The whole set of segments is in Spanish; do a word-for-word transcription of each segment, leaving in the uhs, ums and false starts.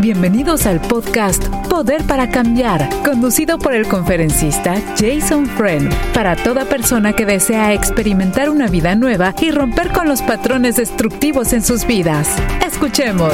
Bienvenidos al podcast Poder para Cambiar, conducido por el conferencista Jason Friend, para toda persona que desea experimentar una vida nueva y romper con los patrones destructivos en sus vidas. Escuchemos.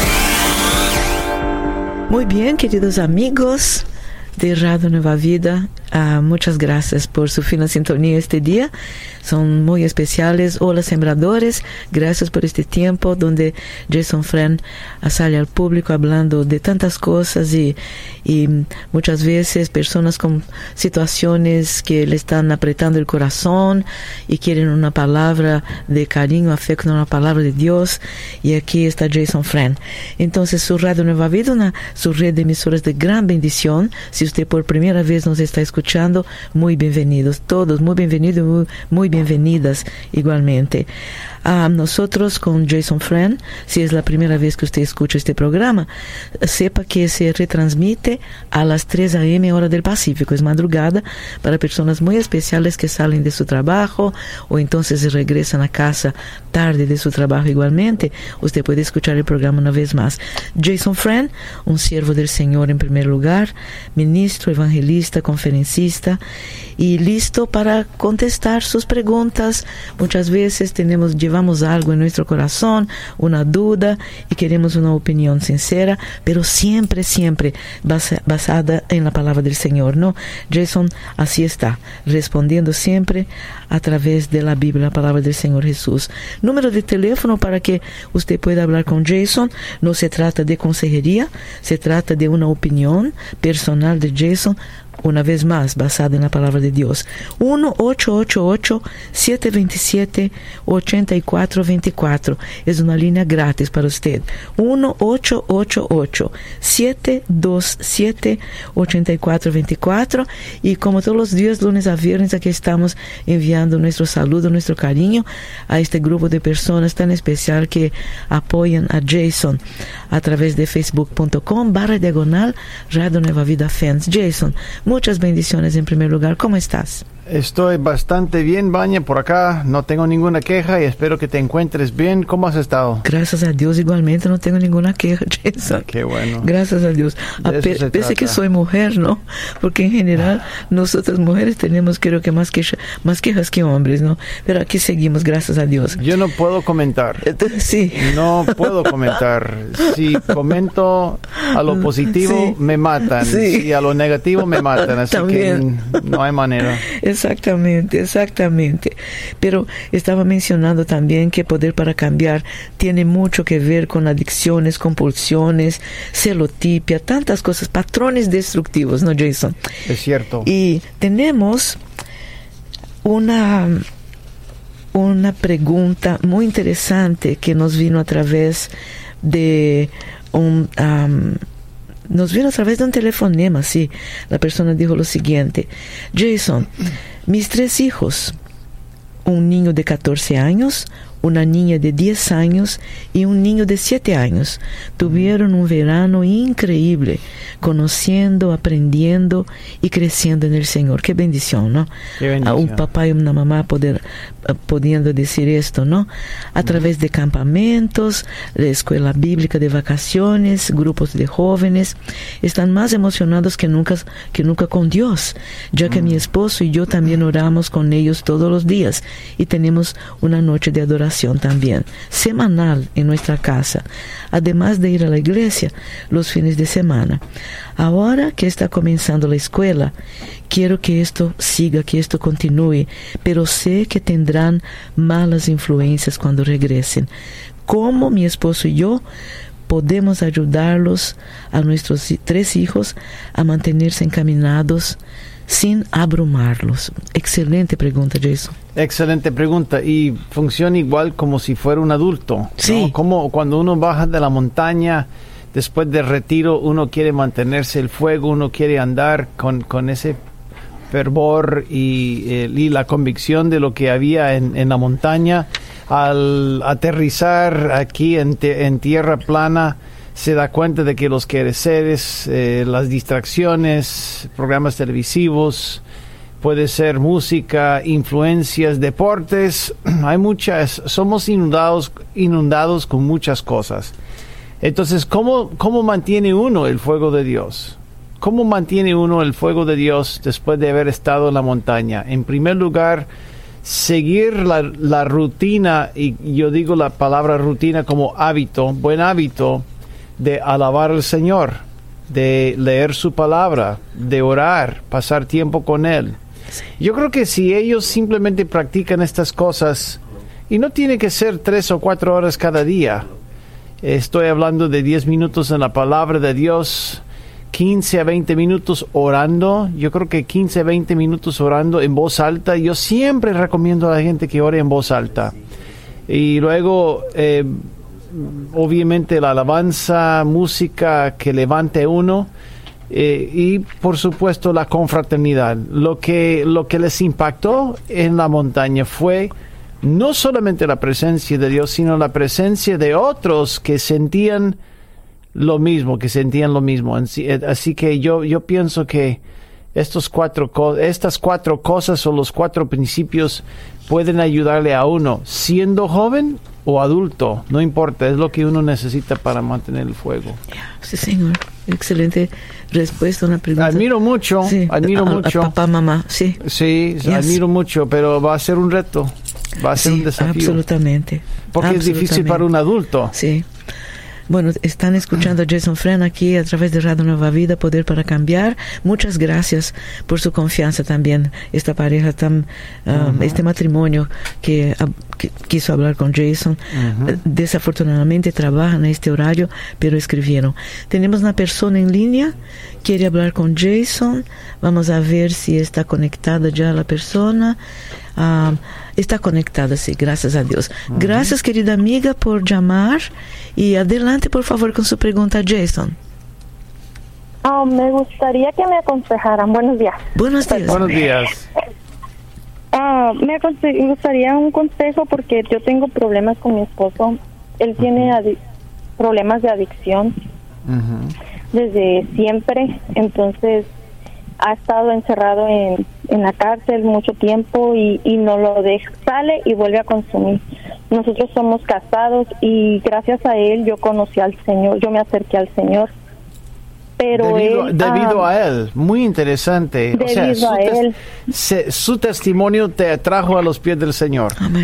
Muy bien, queridos amigos de Radio Nueva Vida, uh, muchas gracias por su fina sintonía este día. Son muy especiales. Hola, sembradores. Gracias por este tiempo donde Jason Friend sale al público hablando de tantas cosas y, y muchas veces personas con situaciones que le están apretando el corazón y quieren una palabra de cariño, afecto, una palabra de Dios. Y aquí está Jason Friend. Entonces, su Radio Nueva Vida, una, su red de emisoras de gran bendición. Si usted por primera vez nos está escuchando, muy bienvenidos todos, muy bienvenidos, muy, muy bienvenidas igualmente. A nosotros con Jason Friend, si es la primera vez que usted escucha este programa, sepa que se retransmite a las tres a eme hora del Pacífico, es madrugada para personas muy especiales que salen de su trabajo o entonces regresan a casa tarde de su trabajo igualmente. Usted puede escuchar el programa una vez más. Jason Friend, un siervo del Señor en primer lugar, ministro, evangelista, conferencista y listo para contestar sus preguntas. Muchas veces tenemos llevamos algo en nuestro corazón, una duda y queremos una opinión sincera, pero siempre, siempre basa, basada en la palabra del Señor, ¿no? Jason así está, respondiendo siempre a través de la Biblia, la palabra del Señor Jesús. Número de teléfono para que usted pueda hablar con Jason. No se trata de consejería, se trata de una opinión personal de Jason, una vez más, basada en la palabra de Dios. uno ocho ocho ocho, siete dos siete, ocho cuatro dos cuatro. Es una línea gratis para usted. uno ocho ocho ocho, siete dos siete, ocho cuatro dos cuatro. Y como todos los días, lunes a viernes, aquí estamos enviando nuestro saludo, nuestro cariño a este grupo de personas tan especial que apoyan a Jason a través de facebook punto com barra diagonal Radio Nueva Vida Fans. Jason, muchas bendiciones en primer lugar. ¿Cómo estás? Estoy bastante bien, Vania, por acá. No tengo ninguna queja y espero que te encuentres bien. ¿Cómo has estado? Gracias a Dios, igualmente no tengo ninguna queja, Jason. Qué bueno. Gracias a Dios. A pe- pese que soy mujer, ¿no? Porque en general nosotras mujeres tenemos, creo que más, queja, más quejas que hombres, ¿no? Pero aquí seguimos, gracias a Dios. Yo no puedo comentar. Sí. No puedo comentar. Si comento a lo positivo, sí, me matan. Sí. Si a lo negativo, me matan. Así También. que no hay manera. Exactamente, exactamente. Pero estaba mencionando también que Poder para Cambiar tiene mucho que ver con adicciones, compulsiones, celotipia, tantas cosas, patrones destructivos, ¿no, Jason? Es cierto. Y tenemos una, una pregunta muy interesante que nos vino a través de un... Um, Nos vino a través de un telefonema, sí. La persona dijo lo siguiente: Jason, mis tres hijos, un niño de catorce años, una niña de diez años y un niño de siete años, tuvieron un verano increíble, conociendo, aprendiendo y creciendo en el Señor. Qué bendición, ¿no? Qué bendición. Un papá y una mamá poder, pudiendo decir esto, ¿no? A través de campamentos, de escuela bíblica de vacaciones, grupos de jóvenes, están más emocionados que nunca, que nunca con Dios, ya que mm. mi esposo y yo también oramos con ellos todos los días y tenemos una noche de adoración también, semanal en nuestra casa, además de ir a la iglesia los fines de semana. Ahora que está comenzando la escuela, quiero que esto siga, que esto continúe, pero sé que tendrán malas influencias cuando regresen. ¿Cómo mi esposo y yo podemos ayudarlos, a nuestros tres hijos, a mantenerse encaminados sin abrumarlos? Excelente pregunta, Jason. Excelente pregunta, y funciona igual como si fuera un adulto, ¿no? Sí. Como cuando uno baja de la montaña después del retiro, uno quiere mantenerse el fuego, uno quiere andar con, con ese fervor y, eh, y la convicción de lo que había en, en la montaña. Al aterrizar aquí en, te, en tierra plana, se da cuenta de que los quehaceres, eh, las distracciones, programas televisivos, puede ser música, influencias, deportes, hay muchas, somos inundados, inundados con muchas cosas. Entonces, ¿cómo, cómo mantiene uno el fuego de Dios? ¿Cómo mantiene uno el fuego de Dios después de haber estado en la montaña? En primer lugar, seguir la, la rutina, y yo digo la palabra rutina como hábito, buen hábito, de alabar al Señor, de leer su palabra, de orar, pasar tiempo con Él. Yo creo que si ellos simplemente practican estas cosas, y no tiene que ser tres o cuatro horas cada día, estoy hablando de diez minutos en la palabra de Dios, quince a veinte minutos orando. Yo creo que quince a veinte minutos orando en voz alta. Yo siempre recomiendo a la gente que ore en voz alta. Y luego, eh, obviamente, la alabanza, música que levante uno. Eh, y, por supuesto, la confraternidad. Lo que, lo que les impactó en la montaña fue no solamente la presencia de Dios, sino la presencia de otros que sentían lo mismo, que sentían lo mismo. Así que yo, yo pienso que estos cuatro, estas cuatro cosas o los cuatro principios pueden ayudarle a uno, siendo joven o adulto, no importa, es lo que uno necesita para mantener el fuego. Sí, señor. Excelente respuesta a una pregunta. Admiro mucho, sí, admiro a, mucho. A papá, mamá, sí. Sí, Yes. admiro mucho, pero va a ser un reto, va a ser sí, un desafío. Absolutamente. Porque es difícil para un adulto. Sí. Bueno, están escuchando a Jason Friend aquí a través de Radio Nueva Vida, Poder para Cambiar. Muchas gracias por su confianza también. Esta pareja, tan, um, uh-huh. este matrimonio que, uh, que quiso hablar con Jason. Uh-huh. Desafortunadamente trabajan a este horario, pero escribieron. Tenemos una persona en línea, quiere hablar con Jason. Vamos a ver si está conectada ya la persona. Um, está conectada, sí, gracias a Dios. Uh-huh. Gracias, querida amiga, por llamar. Y adelante, por favor, con su pregunta, Jason. Oh, me gustaría que me aconsejaran. Buenos días. Buenos días. Buenos días. Uh, me, aconse- me gustaría un consejo porque yo tengo problemas con mi esposo. Él uh-huh. tiene adi- problemas de adicción uh-huh. desde siempre. Entonces, ha estado encerrado en, en la cárcel mucho tiempo y, y no lo deja, sale y vuelve a consumir. Nosotros somos casados y gracias a él yo conocí al Señor, yo me acerqué al Señor. Pero debido, él, debido ah, a él, muy interesante. Debido o sea, su, a tes- él. se, su testimonio te atrajo a los pies del Señor. Amén.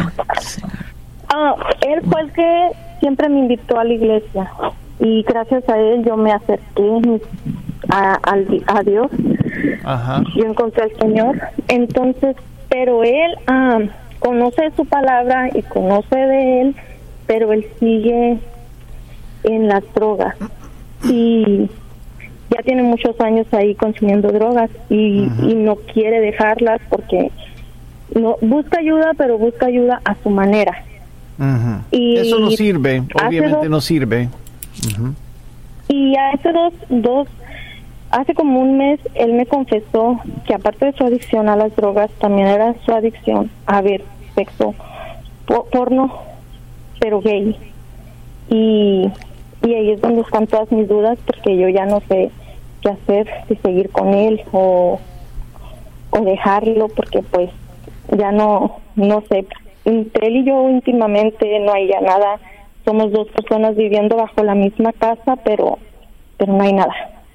Ah, él fue el que siempre me invitó a la iglesia y gracias a él yo me acerqué a, a, a Dios. Ajá. Yo encontré al Señor. Entonces, pero él ah, conoce su palabra y conoce de él, pero él sigue en las drogas y ya tiene muchos años ahí consumiendo drogas y, uh-huh. y no quiere dejarlas porque no busca ayuda, pero busca ayuda a su manera. Uh-huh. Y eso no sirve, obviamente dos, no sirve. Uh-huh. Y hace dos, dos, hace como un mes él me confesó que aparte de su adicción a las drogas, también era su adicción a ver sexo por, porno, pero gay. Y y ahí es donde están todas mis dudas porque yo ya no sé qué hacer, si seguir con él o o dejarlo porque pues ya no no sé, entre él y yo íntimamente no hay ya nada, somos dos personas viviendo bajo la misma casa, pero pero no hay nada.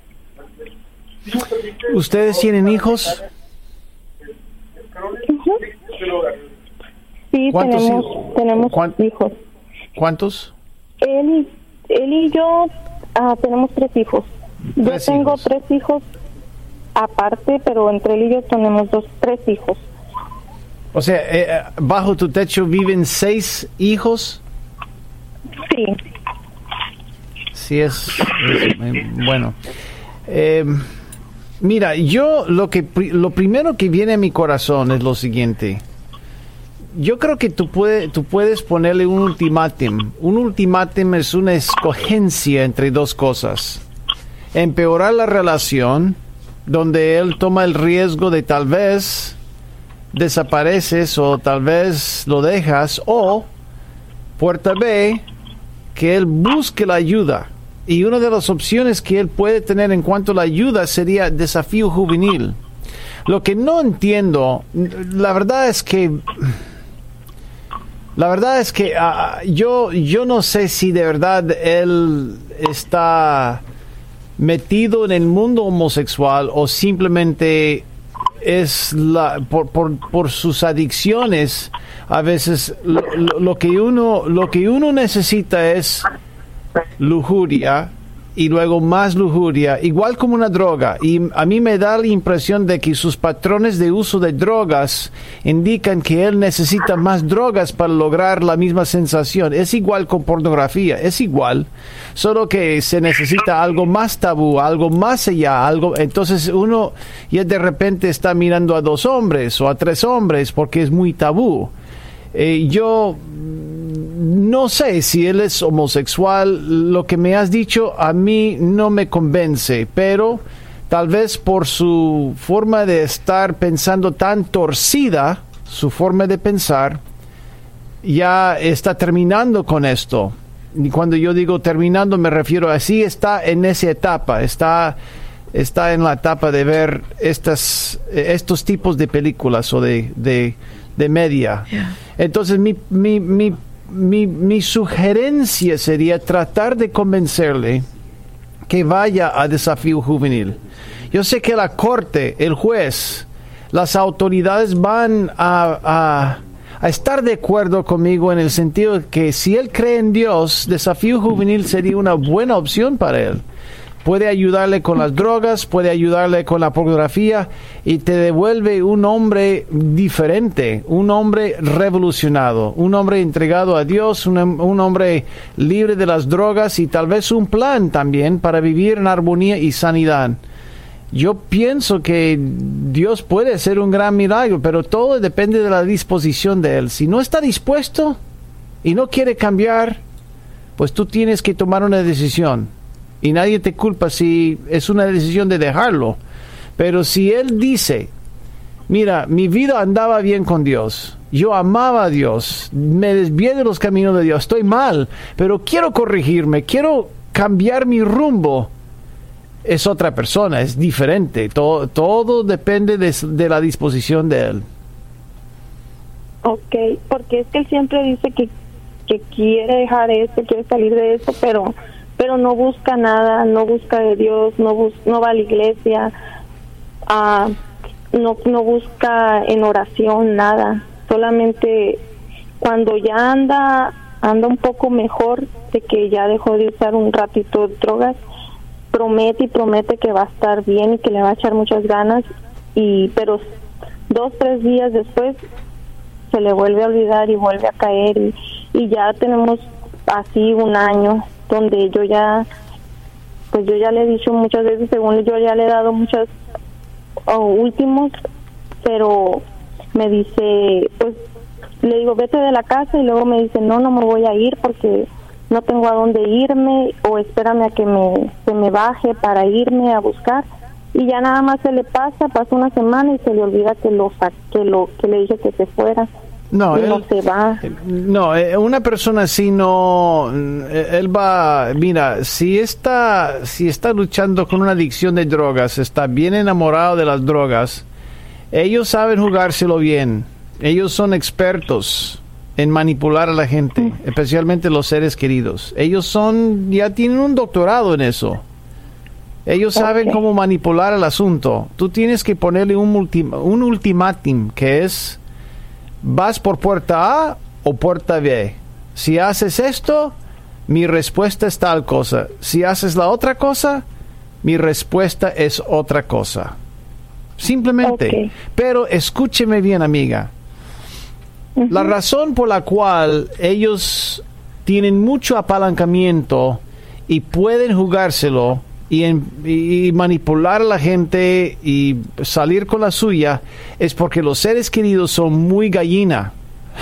¿Ustedes tienen hijos? Uh-huh. Sí, ¿Cuántos tenemos hijos? tenemos ¿Cuán- hijos. ¿Cuántos? Él él y yo ah, tenemos tres hijos. Yo Tres tengo hijos. tres hijos aparte, pero entre él y yo tenemos dos, tres hijos. O sea, eh, bajo tu techo viven seis hijos. Sí. Sí, es, es, eh, bueno. Eh, mira, yo lo que pri- lo primero que viene a mi corazón es lo siguiente. Yo creo que tú, puede, tú puedes ponerle un ultimátum. Un ultimátum es una escogencia entre dos cosas. Empeorar la relación, donde él toma el riesgo de tal vez desapareces o tal vez lo dejas, o puerta B, que él busque la ayuda. Y una de las opciones que él puede tener en cuanto a la ayuda sería desafío juvenil. Lo que no entiendo, la verdad es que La verdad es que uh, yo, yo no sé si de verdad él está metido en el mundo homosexual o simplemente es la por, por, por sus adicciones. A veces lo, lo, lo que uno lo que uno necesita es lujuria y luego más lujuria, igual como una droga. Y a mí me da la impresión de que sus patrones de uso de drogas indican que él necesita más drogas para lograr la misma sensación. Es igual con pornografía, es igual, solo que se necesita algo más tabú, algo más allá, algo. Entonces uno ya de repente está mirando a dos hombres o a tres hombres porque es muy tabú. Eh, yo no sé si él es homosexual. Lo que me has dicho a mí no me convence, pero tal vez por su forma de estar pensando tan torcida, su forma de pensar, ya está terminando con esto. Y cuando yo digo terminando me refiero a sí, está en esa etapa, está, está en la etapa de ver estas, estos tipos de películas o de, de, de media. Yeah. Entonces mi, mi, mi Mi, mi sugerencia sería tratar de convencerle que vaya a Desafío Juvenil. Yo sé que la corte, el juez, las autoridades van a, a, a estar de acuerdo conmigo en el sentido de que si él cree en Dios, Desafío Juvenil sería una buena opción para él. Puede ayudarle con las drogas, puede ayudarle con la pornografía y te devuelve un hombre diferente, un hombre revolucionado, un hombre entregado a Dios, un, un hombre libre de las drogas y tal vez un plan también para vivir en armonía y sanidad. Yo pienso que Dios puede hacer un gran milagro, pero todo depende de la disposición de él. Si no está dispuesto y no quiere cambiar, pues tú tienes que tomar una decisión. Y nadie te culpa si es una decisión de dejarlo. Pero si él dice, mira, mi vida andaba bien con Dios, yo amaba a Dios, me desvié de los caminos de Dios, estoy mal, pero quiero corregirme, quiero cambiar mi rumbo, es otra persona, es diferente. Todo, todo depende de, de la disposición de él. Ok, porque es que él siempre dice que, que quiere dejar esto, quiere salir de esto, pero... pero no busca nada, no busca de Dios, no bus no va a la iglesia, uh, no no busca en oración nada, solamente cuando ya anda anda un poco mejor, de que ya dejó de usar un ratito de drogas, promete y promete que va a estar bien y que le va a echar muchas ganas, y pero dos tres días después se le vuelve a olvidar y vuelve a caer, y, y ya tenemos así un año donde yo ya, pues yo ya le he dicho muchas veces, según yo ya le he dado muchos oh, últimos, pero me dice, pues le digo, vete de la casa, y luego me dice, no, no me voy a ir porque no tengo a dónde irme, o espérame a que me, se me baje para irme a buscar, y ya nada más se le pasa, pasa una semana y se le olvida que lo, que lo, que le dije que se fuera. No, él, no se va. No, una persona así no, él va, mira, si está, si está luchando con una adicción de drogas, está bien enamorado de las drogas, ellos saben jugárselo bien, ellos son expertos en manipular a la gente, mm. especialmente los seres queridos. Ellos son, ya tienen un doctorado en eso. Ellos saben okay. cómo manipular el asunto. Tú tienes que ponerle un, ultim, un ultimátum, que es: ¿vas por puerta A o puerta B? Si haces esto, mi respuesta es tal cosa. Si haces la otra cosa, mi respuesta es otra cosa. Simplemente. Okay. Pero escúcheme bien, amiga. Uh-huh. La razón por la cual ellos tienen mucho apalancamiento y pueden jugárselo y, en, y manipular a la gente y salir con la suya es porque los seres queridos son muy gallina.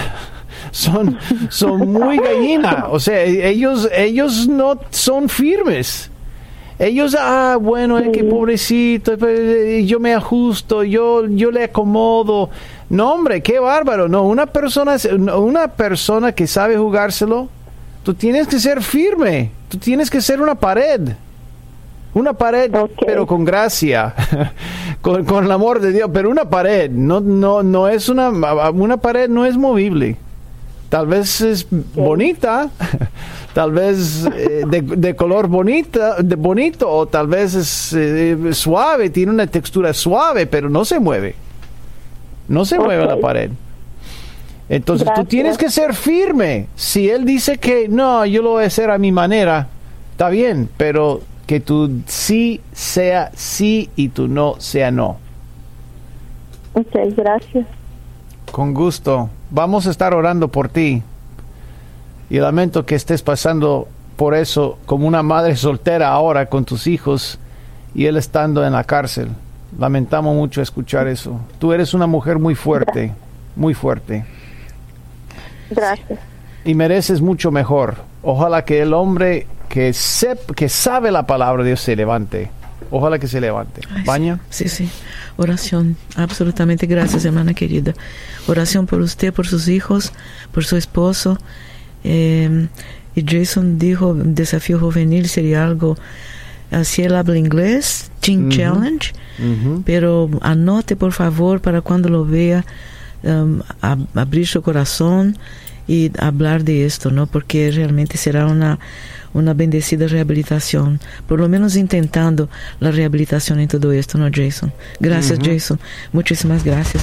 Son, son muy gallina. O sea, ellos, ellos no son firmes. Ellos, ah, bueno, es que pobrecito, yo me ajusto, yo, yo le acomodo. No, hombre, qué bárbaro. No, una persona, una persona que sabe jugárselo, tú tienes que ser firme. Tú tienes que ser una pared. Una pared, okay. pero con gracia, con, con el amor de Dios, pero una pared, no, no, no es una, una pared no es movible. Tal vez es bonita, tal vez eh, de, de color bonita, de bonito, o tal vez es eh, suave, tiene una textura suave, pero no se mueve. No se okay. mueve la pared. Entonces Gracias. Tú tienes que ser firme. Si él dice que no, yo lo voy a hacer a mi manera, está bien, pero que tu sí sea sí y tu no sea no. Ok, gracias. Con gusto. Vamos a estar orando por ti. Y lamento que estés pasando por eso como una madre soltera ahora con tus hijos y él estando en la cárcel. Lamentamos mucho escuchar eso. Tú eres una mujer muy fuerte, muy fuerte. Gracias. Y mereces mucho mejor. Ojalá que el hombre que, sep- que sabe la palabra de Dios se levante. Ojalá que se levante. Ay, ¿Baña? Sí, sí. Oración. Absolutamente. Gracias, hermana querida. Oración por usted, por sus hijos, por su esposo. Eh, y Jason dijo, desafío juvenil sería algo, así él habla inglés, Teen uh-huh. Challenge, uh-huh. pero anote por favor para cuando lo vea, um, ab- abrir su corazón y hablar de esto, ¿no? Porque realmente será una una bendecida rehabilitación, por lo menos intentando la rehabilitación en todo esto, ¿no, Jason? Gracias, uh-huh. Jason. Muchísimas gracias.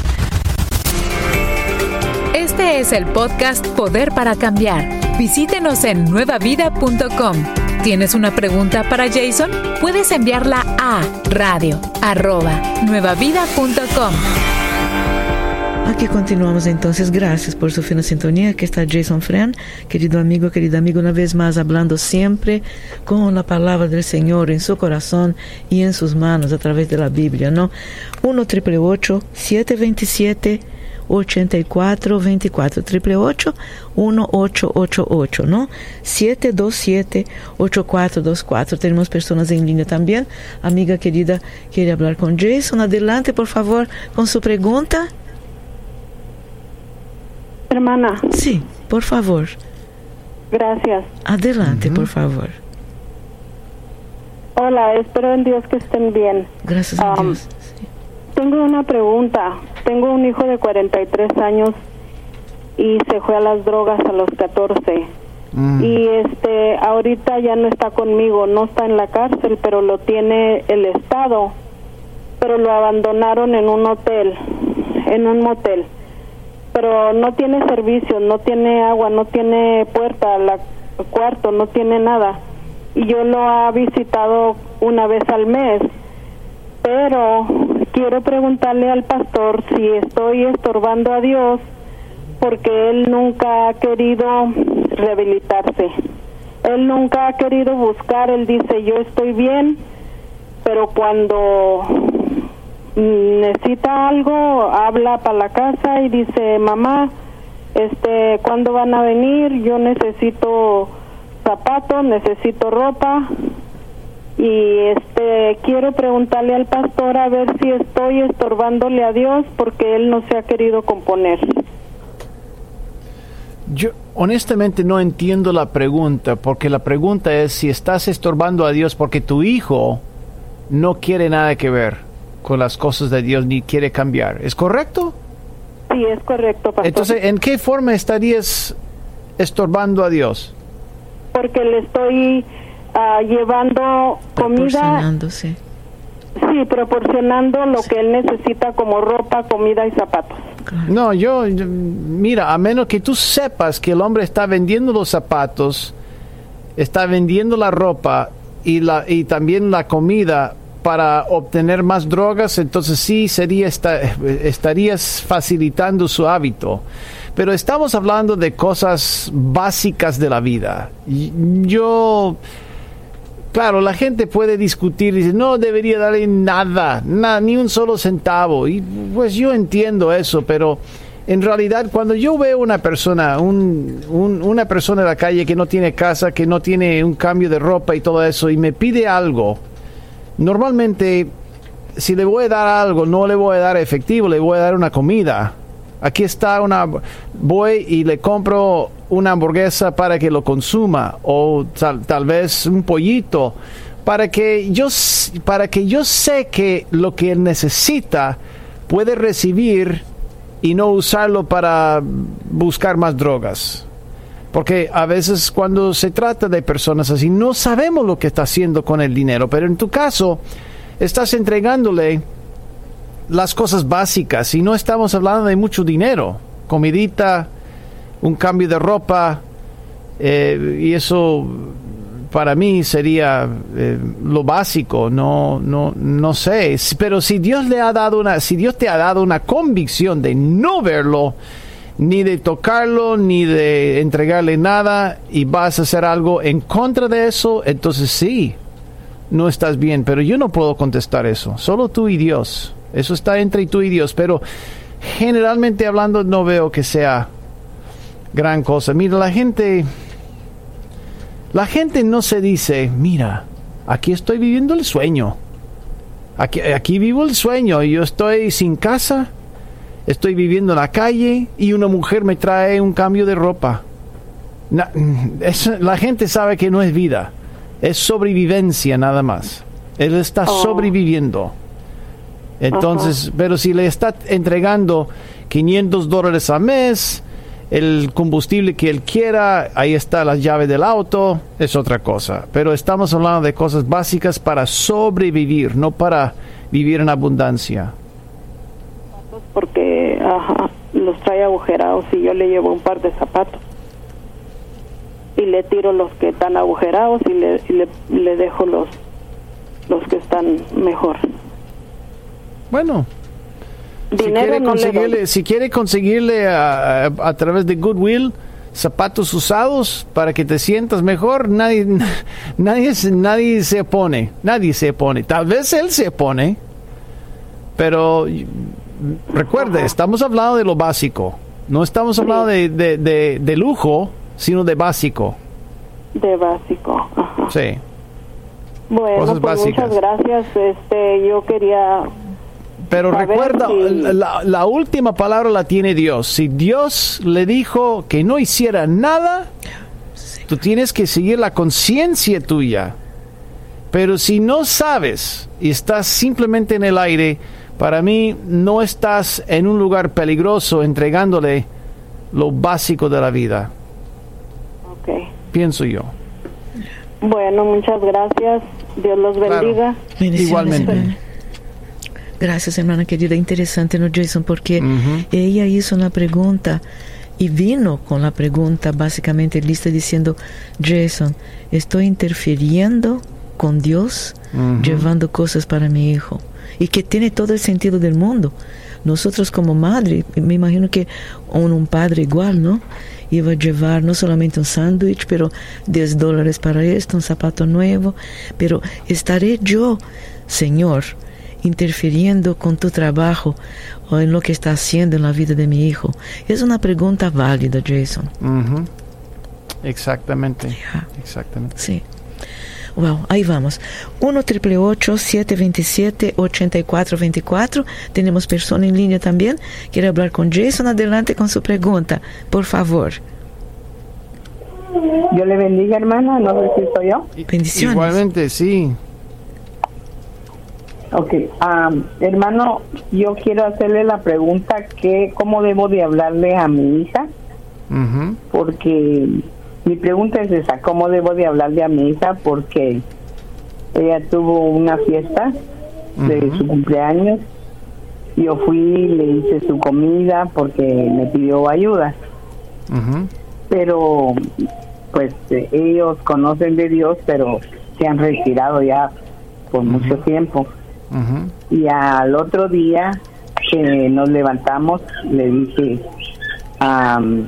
Este es el podcast Poder para Cambiar. Visítenos en nueva vida punto com. ¿Tienes una pregunta para Jason? Puedes enviarla a radio arroba nueva vida punto com. Aquí continuamos entonces. Gracias por su fina sintonía. Aquí está Jason Friend, querido amigo, querida amiga, una vez más hablando siempre con la palabra del Señor en su corazón y en sus manos a través de la Biblia, ¿no? uno, ocho ocho ocho, siete dos siete, ocho cuatro dos cuatro, ocho ocho ocho, uno ocho ocho ocho, ¿no? siete dos siete, ocho cuatro dos cuatro. Tenemos personas en línea también. Amiga querida, quiere hablar con Jason. Adelante, por favor, con su pregunta. Hermana. Sí, por favor. Gracias. Adelante, uh-huh. por favor. Hola, espero en Dios que estén bien. Gracias a um, Dios. Sí. Tengo una pregunta. Tengo un hijo de cuarenta y tres años y se fue a las drogas a los catorce. Mm. Y este, ahorita ya no está conmigo, no está en la cárcel, pero lo tiene el Estado. Pero lo abandonaron en un hotel, en un motel. Pero no tiene servicio, no tiene agua, no tiene puerta, la, cuarto, no tiene nada. Y yo lo ha visitado una vez al mes. Pero quiero preguntarle al pastor si estoy estorbando a Dios, porque él nunca ha querido rehabilitarse. Él nunca ha querido buscar, él dice, yo estoy bien, pero cuando necesita algo, habla para la casa y dice, mamá, este, ¿cuándo van a venir? Yo necesito zapatos, necesito ropa. Y este, quiero preguntarle al pastor a ver si estoy estorbándole a Dios, porque él no se ha querido componer. Yo honestamente no entiendo la pregunta, porque la pregunta es si estás estorbando a Dios porque tu hijo no quiere nada que ver con las cosas de Dios ni quiere cambiar. ¿Es correcto? Sí, es correcto, pastor. Entonces, ¿en qué forma estarías estorbando a Dios? Porque le estoy uh, llevando comida. Sí. Sí, proporcionando lo que él necesita como ropa, comida y zapatos. No, yo, yo, mira, a menos que tú sepas que el hombre está vendiendo los zapatos, está vendiendo la ropa y, la, y también la comida para obtener más drogas, entonces sí sería esta, estarías facilitando su hábito. Pero estamos hablando de cosas básicas de la vida. Yo, claro, la gente puede discutir y decir, no debería darle nada, nada, ni un solo centavo. Y pues yo entiendo eso, pero en realidad cuando yo veo una persona, un, un, una persona en la calle que no tiene casa, que no tiene un cambio de ropa y todo eso, y me pide algo, normalmente, si le voy a dar algo, no le voy a dar efectivo, le voy a dar una comida. Aquí está una, voy y le compro una hamburguesa para que lo consuma, o tal, tal vez un pollito, para que yo, para que yo sé que lo que él necesita puede recibir y no usarlo para buscar más drogas. Porque a veces cuando se trata de personas así, no sabemos lo que está haciendo con el dinero, pero en tu caso estás entregándole las cosas básicas y no estamos hablando de mucho dinero, comidita, un cambio de ropa, eh, y eso para mí sería eh, lo básico. No, no, no sé, pero si Dios le ha dado una, si Dios te ha dado una convicción de no verlo, ni de tocarlo, ni de entregarle nada, y vas a hacer algo en contra de eso, entonces sí, no estás bien. Pero yo no puedo contestar eso, solo tú y Dios. Eso está entre tú y Dios, pero generalmente hablando no veo que sea gran cosa. Mira, la gente, la gente no se dice, mira, aquí estoy viviendo el sueño, aquí, aquí vivo el sueño, yo estoy sin casa, estoy viviendo en la calle y una mujer me trae un cambio de ropa. Na, es, la gente sabe que no es vida, es sobrevivencia nada más. Él está oh. sobreviviendo. Entonces, uh-huh. pero si le está entregando quinientos dólares al mes, el combustible que él quiera, ahí está la llave del auto, es otra cosa. Pero estamos hablando de cosas básicas para sobrevivir, no para vivir en abundancia. Porque ajá, los trae agujerados y yo le llevo un par de zapatos y le tiro los que están agujerados y le, y le, le dejo los los que están mejor. Bueno, dinero si quiere no conseguirle, le si quiere conseguirle a, a, a través de Goodwill zapatos usados para que te sientas mejor, nadie, nadie, nadie se opone, nadie se opone. Tal vez él se opone, pero recuerde, Ajá. estamos hablando de lo básico. No estamos hablando sí. de, de, de, de lujo, sino de básico. De básico. Ajá. Sí. Bueno, Cosas pues básicas. Muchas gracias. Este, yo quería. Pero recuerda, si... la, la última palabra la tiene Dios. Si Dios le dijo que no hiciera nada, sí. tú tienes que seguir la conciencia tuya. Pero si no sabes y estás simplemente en el aire, para mí no estás en un lugar peligroso entregándole lo básico de la vida. Okay. Pienso yo. Bueno, muchas gracias. Dios los bendiga. Claro. Igualmente. Hermana. Gracias, hermana querida. Interesante, ¿no, Jason? Porque uh-huh. ella hizo una pregunta y vino con la pregunta básicamente lista diciendo, Jason, estoy interfiriendo con Dios, uh-huh. llevando cosas para mi hijo. Y que tiene todo el sentido del mundo. Nosotros como madre, me imagino que un, un padre igual, ¿no? Iba a llevar no solamente un sándwich, pero diez dólares para esto, un zapato nuevo. Pero ¿estaré yo, Señor, interfiriendo con tu trabajo o en lo que está haciendo en la vida de mi hijo? Es una pregunta válida, Jason. Uh-huh. Exactamente. Yeah. Exactamente. Sí. Wow, ahí vamos. uno, ocho ocho ocho, siete dos siete, ocho cuatro dos cuatro. Tenemos persona en línea también. Quiere hablar con Jason. Adelante con su pregunta, por favor. Dios le bendiga, hermana. No sé si soy yo. Bendiciones. Igualmente, sí. Ok. Um, hermano, yo quiero hacerle la pregunta que cómo debo de hablarle a mi hija. Uh-huh. Porque... mi pregunta es esa, ¿cómo debo de hablarle a mi hija? Porque ella tuvo una fiesta de uh-huh. su cumpleaños. Yo fui, le hice su comida porque me pidió ayuda. Uh-huh. Pero, pues, eh, ellos conocen de Dios, pero se han retirado ya por uh-huh. mucho tiempo. Uh-huh. Y al otro día que nos levantamos, le dije... Um,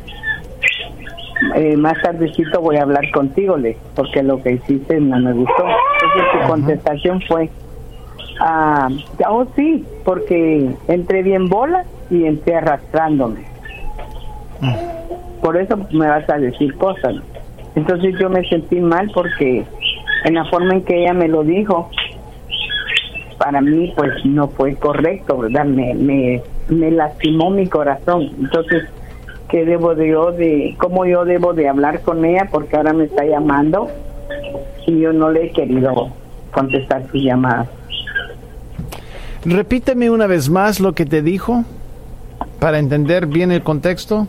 Eh, más tardecito voy a hablar contigo, le, porque lo que hiciste no me gustó. Entonces su uh-huh. contestación fue, ah, oh sí, porque entré bien bola y entré arrastrándome. Uh-huh. Por eso me vas a decir cosas. Entonces yo me sentí mal porque en la forma en que ella me lo dijo, para mí pues no fue correcto, ¿verdad? Me, me, me lastimó mi corazón. Entonces, ¿qué debo de yo de, cómo yo debo de hablar con ella? Porque ahora me está llamando y yo no le he querido contestar su llamada. Repíteme una vez más lo que te dijo para entender bien el contexto.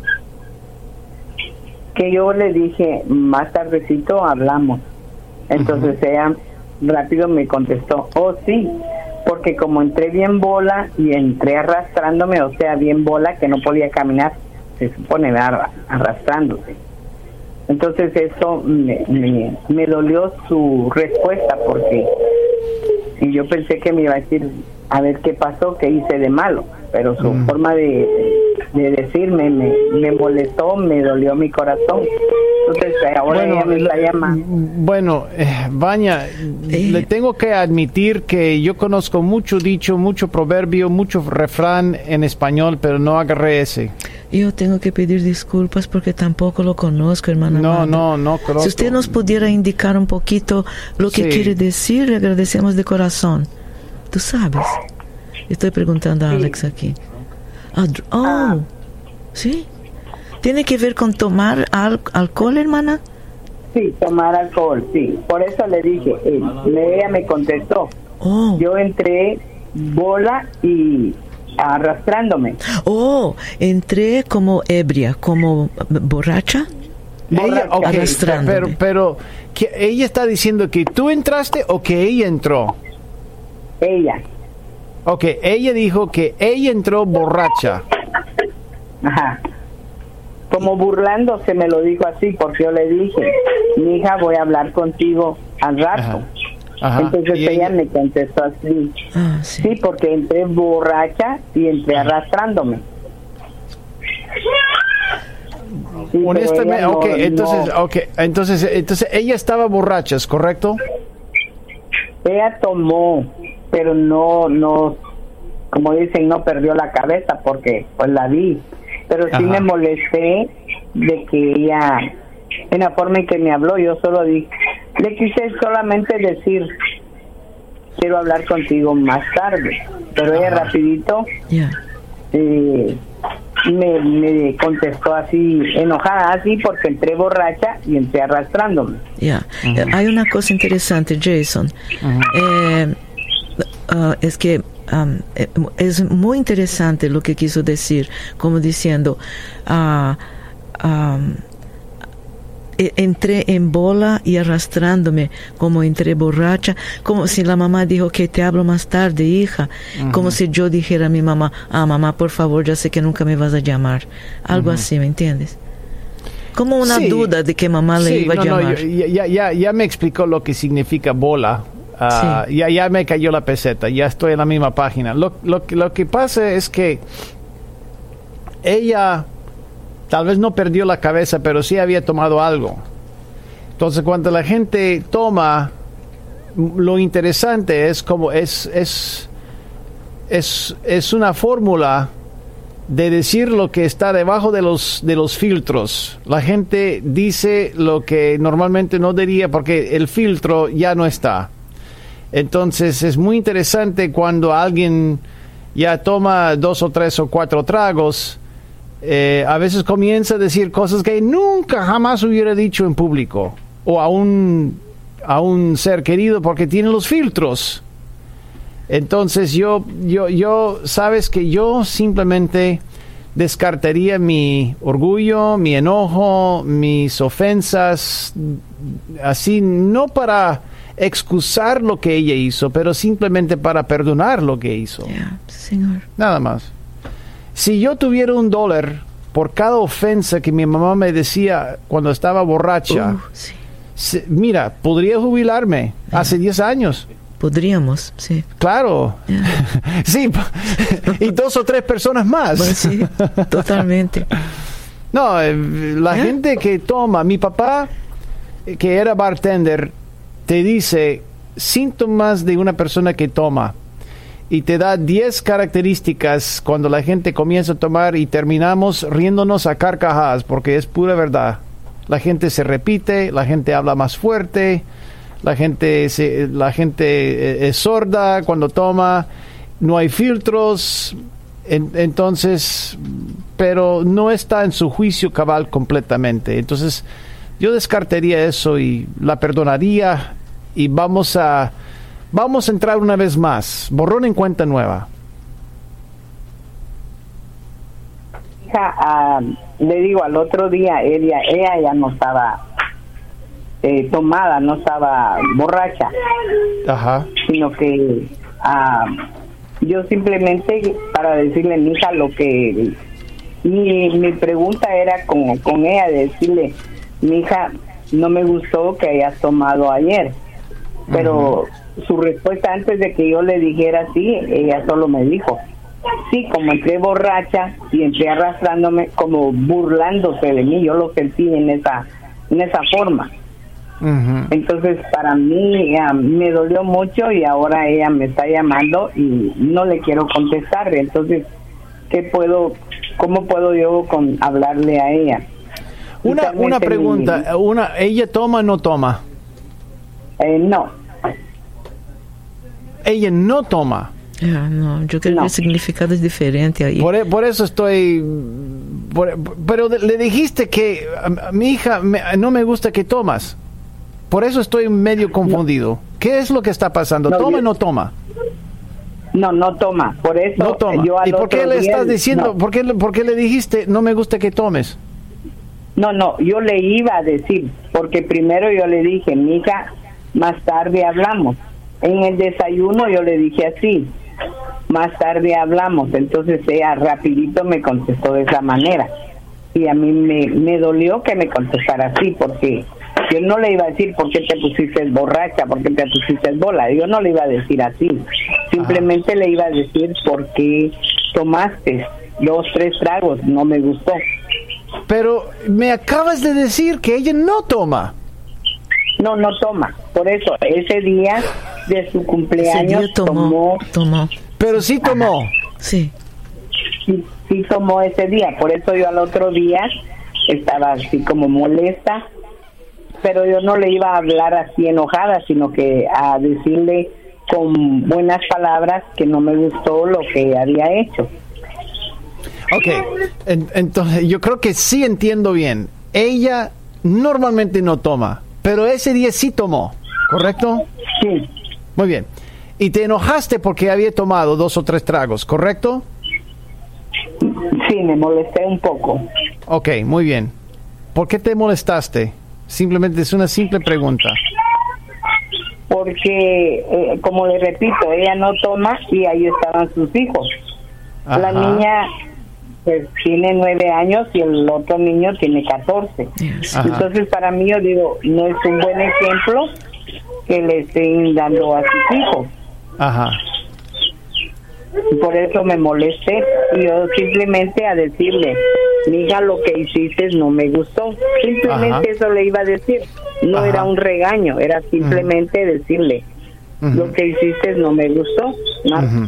Que yo le dije, más tardecito hablamos. Entonces uh-huh. ella rápido me contestó, oh sí, porque como entré bien bola y entré arrastrándome, o sea, bien bola que no podía caminar, se supone ar- arrastrándose. Entonces eso me, me, me dolió su respuesta, porque y yo pensé que me iba a decir, a ver qué pasó, qué hice de malo, pero su mm. forma de, de decirme me, me molestó, me dolió mi corazón. Entonces ahora bueno, ella me está llamando. Bueno, eh, Vania, eh. le tengo que admitir que yo conozco mucho dicho, mucho proverbio, mucho refrán en español, pero no agarré ese. Yo tengo que pedir disculpas porque tampoco lo conozco, hermana. No, Amanda. no, no conozco. Si usted nos pudiera indicar un poquito lo que sí. quiere decir, le agradecemos de corazón. ¿Tú sabes? Estoy preguntando a sí. Alex aquí. Ah, oh, ah. ¿sí? ¿Tiene que ver con tomar al- alcohol, hermana? Sí, tomar alcohol, sí. Por eso le dije, eh, ella me contestó. Oh. Yo entré bola y arrastrándome. Oh, entré como ebria, como borracha. Ella, okay, arrastrándome. Pero, pero ¿que ella está diciendo que tú entraste o que ella entró? Ella. Ok, ella dijo que ella entró borracha. Ajá. Como burlándose me lo dijo así, porque yo le dije, mi hija, voy a hablar contigo al rato. Ajá. Ajá. Entonces ella, ella me contestó así, ah, sí. sí, porque entré borracha y entré arrastrándome. Sí, honestamente, no, ok, entonces, no. okay, entonces, entonces ella estaba borracha, ¿es correcto? Ella tomó, pero no, no, como dicen, no perdió la cabeza porque pues la vi. Pero sí Ajá. me molesté de que ella, en la forma en que me habló, yo solo dije, le quise solamente decir, quiero hablar contigo más tarde. Pero Ajá. ella rapidito yeah. eh, me, me contestó así, enojada, así porque entré borracha y entré arrastrándome. Yeah. Uh-huh. Hay una cosa interesante, Jason. Uh-huh. Eh, uh, es que Um, es muy interesante lo que quiso decir, como diciendo, uh, um, entré en bola y arrastrándome, como entré borracha, como si la mamá dijo que te hablo más tarde, hija, uh-huh. como si yo dijera a mi mamá, ah, mamá, por favor, ya sé que nunca me vas a llamar, algo uh-huh. así, ¿me entiendes? Como una sí. duda de que mamá le sí, iba no, a llamar. No, yo, ya, ya, ya me explicó lo que significa bola. Uh, sí. ya, ya me cayó la peseta, ya estoy en la misma página. Lo, lo, lo que pasa es que ella tal vez no perdió la cabeza, pero sí había tomado algo. Entonces, cuando la gente toma, lo interesante es como es, es, es, es una fórmula de decir lo que está debajo de los, de los filtros. La gente dice lo que normalmente no diría porque el filtro ya no está. Entonces es muy interesante cuando alguien ya toma dos o tres o cuatro tragos, eh, a veces comienza a decir cosas que nunca jamás hubiera dicho en público o a un, a un ser querido porque tiene los filtros. Entonces yo, yo, yo, sabes que yo simplemente descartaría mi orgullo, mi enojo, mis ofensas, así no para excusar lo que ella hizo, pero simplemente para perdonar lo que hizo. Yeah, señor. Nada más. Si yo tuviera un dólar por cada ofensa que mi mamá me decía cuando estaba borracha, uh, sí. se, mira, podría jubilarme yeah. hace diez años. Podríamos, sí. Claro. Yeah. Sí, y dos o tres personas más. Bueno, sí, totalmente. No, la yeah. gente que toma, mi papá, que era bartender, te dice síntomas de una persona que toma y te da diez características cuando la gente comienza a tomar y terminamos riéndonos a carcajadas porque es pura verdad. La gente se repite, la gente habla más fuerte, la gente, se, la gente es sorda cuando toma, no hay filtros, en, entonces, pero no está en su juicio cabal completamente. Entonces, yo descartaría eso y la perdonaría y vamos a vamos a entrar una vez más. Borrón en cuenta nueva. hija, ah, le digo, al otro día ella, ella ya no estaba eh, tomada, no estaba borracha. Ajá. Sino que ah, yo simplemente para decirle, mi hija, lo que mi, mi pregunta era con, con ella, decirle, mi hija, no me gustó que hayas tomado ayer, pero uh-huh. su respuesta antes de que yo le dijera sí, ella solo me dijo, sí, como entré borracha y entré arrastrándome, como burlándose de mí, yo lo sentí en esa, en esa forma. Uh-huh. Entonces para mí uh, me dolió mucho y ahora ella me está llamando y no le quiero contestar. Entonces, ¿qué puedo, cómo puedo yo con hablarle a ella? Una, una pregunta, mi, una, ¿ella toma o no toma? Eh, no. Ella no toma. Ah, no, yo creo no. que el significado es diferente ahí. Por, por eso estoy... Por, pero le dijiste que a, a mi hija me, no me gusta que tomas. Por eso estoy medio confundido. No. ¿Qué es lo que está pasando? No, ¿Toma o no toma? No, no toma. Por eso no toma. Yo al ¿Y por qué le día, estás diciendo? No. ¿por, qué, ¿Por qué le dijiste no me gusta que tomes? No, no, yo le iba a decir, porque primero yo le dije, mija, más tarde hablamos. En el desayuno yo le dije así, más tarde hablamos. Entonces ella rapidito me contestó de esa manera. Y a mí me, me dolió que me contestara así, porque yo no le iba a decir por qué te pusiste borracha, por qué te pusiste bola. Yo no le iba a decir así. Simplemente ah. le iba a decir por qué tomaste dos, tres tragos, no me gustó. Pero me acabas de decir que ella no toma. No, no toma. Por eso, ese día de su cumpleaños ese día tomó, tomó. tomó. Pero sí tomó. Ajá. Sí. sí. Sí tomó ese día. Por eso yo al otro día estaba así como molesta. Pero yo no le iba a hablar así enojada, sino que a decirle con buenas palabras que no me gustó lo que había hecho. Ok, en, entonces yo creo que sí entiendo bien. Ella normalmente no toma, pero ese día sí tomó, ¿correcto? Sí. Muy bien. Y te enojaste porque había tomado dos o tres tragos, ¿correcto? Sí, me molesté un poco. Ok, muy bien. ¿Por qué te molestaste? Simplemente es una simple pregunta. Porque, eh, como le repito, ella no toma y ahí estaban sus hijos. Ajá. La niña... pues tiene nueve años y el otro niño tiene catorce. Yes. Entonces para mí yo digo, no es un buen ejemplo que le estén dando a sus hijos. Ajá. Por eso me molesté y yo simplemente a decirle, mija, lo que hiciste no me gustó. Simplemente Ajá. eso le iba a decir. No Ajá. era un regaño, era simplemente uh-huh. decirle, uh-huh. lo que hiciste no me gustó. ¿No? Uh-huh.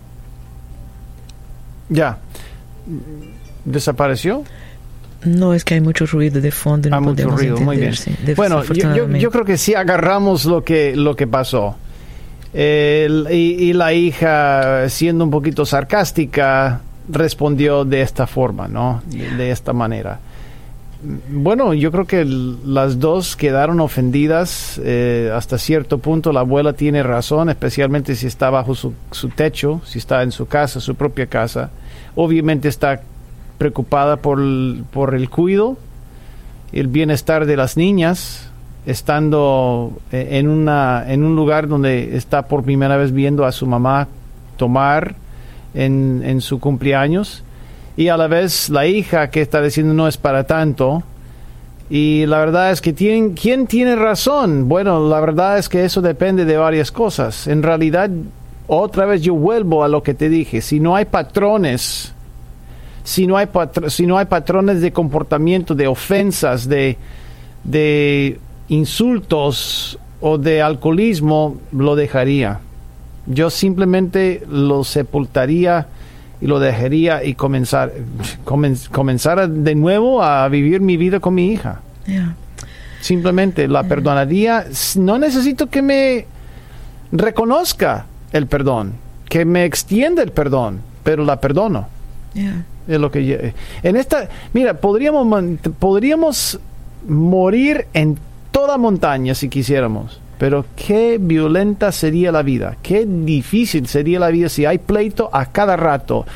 Ya. ¿Desapareció? No, es que hay mucho ruido de fondo y no hay mucho podemos ruido, muy bien. Bueno, yo, yo, yo creo que sí agarramos lo que, lo que pasó. El, y, y la hija, siendo un poquito sarcástica, respondió de esta forma, ¿no? De, de esta manera. Bueno, yo creo que el, las dos quedaron ofendidas eh, hasta cierto punto. La abuela tiene razón, especialmente si está bajo su, su techo, si está en su casa, su propia casa. Obviamente está preocupada por el, por el cuidado, el bienestar de las niñas, estando en, una, en un lugar donde está por primera vez viendo a su mamá tomar en, en su cumpleaños. Y a la vez la hija que está diciendo no es para tanto. Y la verdad es que tienen, ¿quién tiene razón? Bueno, la verdad es que eso depende de varias cosas. En realidad, otra vez yo vuelvo a lo que te dije. Si no hay patrones, si no hay, patr- si no hay patrones de comportamiento, de ofensas, de, de insultos o de alcoholismo, lo dejaría. Yo simplemente lo sepultaría y lo dejaría y comenzar, comen, comenzar de nuevo a vivir mi vida con mi hija. Yeah. Simplemente la yeah. perdonaría. No necesito que me reconozca el perdón, que me extienda el perdón, pero la perdono. Yeah. Es lo que en esta, mira, podríamos podríamos morir en toda montaña si quisiéramos. Pero qué violenta sería la vida, qué difícil sería la vida si hay pleito a cada rato.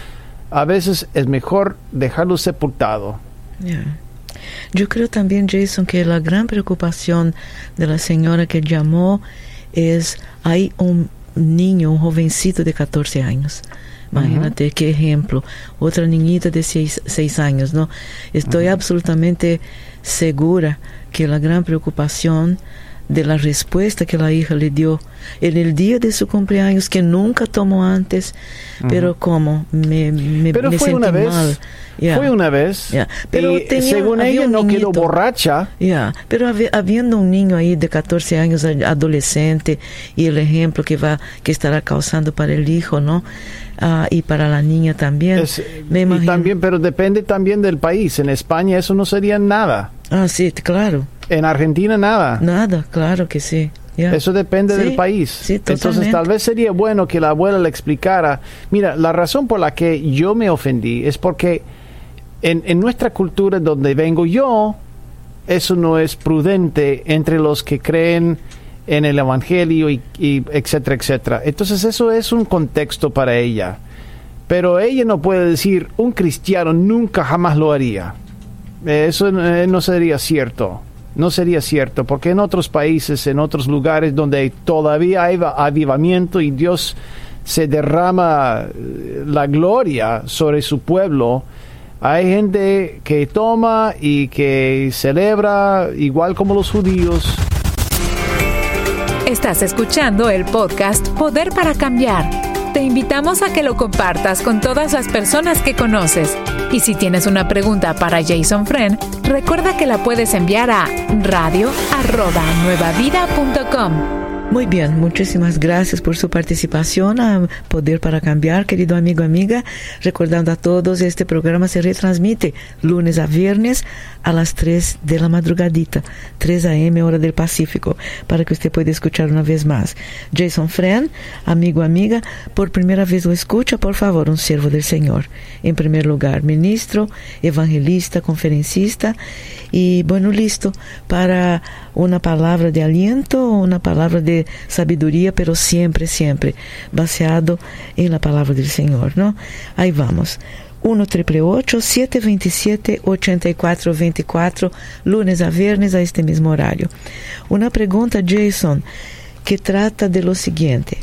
a veces es mejor dejarlo sepultado. Yeah. Yo creo también, Jason, que la gran preocupación de la señora que llamó es, hay un niño, un jovencito de catorce años. Imagínate uh-huh. qué ejemplo. Otra niñita de seis, seis años, ¿no? Estoy uh-huh. absolutamente segura que la gran preocupación de la respuesta que la hija le dio en el día de su cumpleaños, que nunca tomó antes, uh-huh. pero como me, me, pero me fue sentí una vez, mal. Yeah. Fue una vez, yeah. Pero y tenía, según ella no niñito, quedó borracha. Yeah. Pero habi, habiendo un niño ahí de catorce años, adolescente, y el ejemplo que va que estará causando para el hijo, ¿no? Uh, y para la niña también. Es, me imagino. Y también, pero depende también del país. En España eso no sería nada. Ah, sí, claro. En Argentina nada. Nada, claro que sí. Yeah. Eso depende sí, del país. Sí, entonces tal vez sería bueno que la abuela le explicara. Mira, la razón por la que yo me ofendí es porque en, en nuestra cultura donde vengo yo, eso no es prudente entre los que creen en el evangelio y, y etcétera, etcétera. Entonces eso es un contexto para ella. Pero ella no puede decir, un cristiano nunca jamás lo haría. Eso eh, no sería cierto. No sería cierto, porque en otros países, en otros lugares donde todavía hay avivamiento y Dios se derrama la gloria sobre su pueblo, hay gente que toma y que celebra igual como los judíos. Estás escuchando el podcast Poder para Cambiar. Te invitamos a que lo compartas con todas las personas que conoces. Y si tienes una pregunta para Jason Friend, recuerda que la puedes enviar a radio arroba nueva vida punto com. Muy bien, muchísimas gracias por su participación a Poder para Cambiar, querido amigo, amiga. Recordando a todos, este programa se retransmite lunes a viernes a las tres de la madrugadita, tres a eme hora del Pacífico, para que usted pueda escuchar una vez más. Jason Friend, amigo, amiga, por primera vez lo escucha, por favor, un siervo del Señor. En primer lugar, ministro, evangelista, conferencista, y bueno, listo para una palabra de aliento, una palabra de sabiduría, pero siempre, siempre baseado en la palabra del Señor, ¿no? Ahí vamos. uno, ocho ocho, siete dos siete, ocho cuatro dos cuatro, lunes a viernes a este mismo horario. Una pregunta, Jason, que trata de lo siguiente.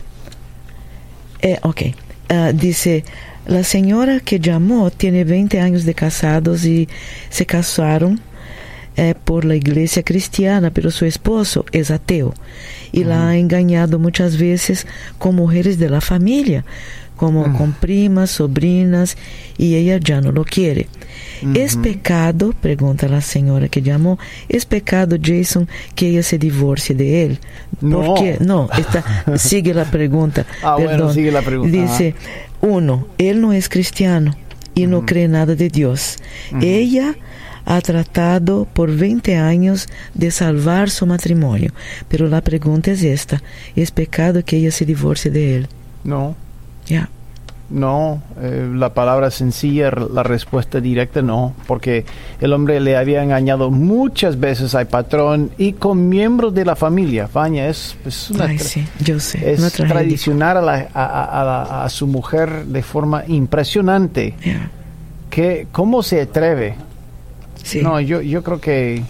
Eh, ok, uh, dice, la señora que llamó tiene veinte años de casados y se casaron Eh, por la iglesia cristiana, pero su esposo es ateo y uh-huh. la ha engañado muchas veces con mujeres de la familia, como uh-huh. con primas, sobrinas, y ella ya no lo quiere. Uh-huh. ¿Es pecado, pregunta la señora que llamó, es pecado, Jason, que ella se divorcie de él? No. ¿Por qué? No, está, sigue la pregunta. Ah, Perdón. bueno, sigue la pregunta. Dice, uno, él no es cristiano y uh-huh. no cree nada de Dios. Uh-huh. Ella ha tratado por veinte años de salvar su matrimonio, pero la pregunta es esta: ¿es pecado que ella se divorcie de él? No. Ya. Yeah. No, eh, la palabra sencilla, la respuesta directa no, porque el hombre le había engañado muchas veces al patrón y con miembros de la familia. Faña, es, es una Ay, sí, yo sé, es una traicionar a, la, a, a, a, a su mujer de forma impresionante. Yeah. Que, ¿cómo se atreve? Sí. No, yo, yo creo que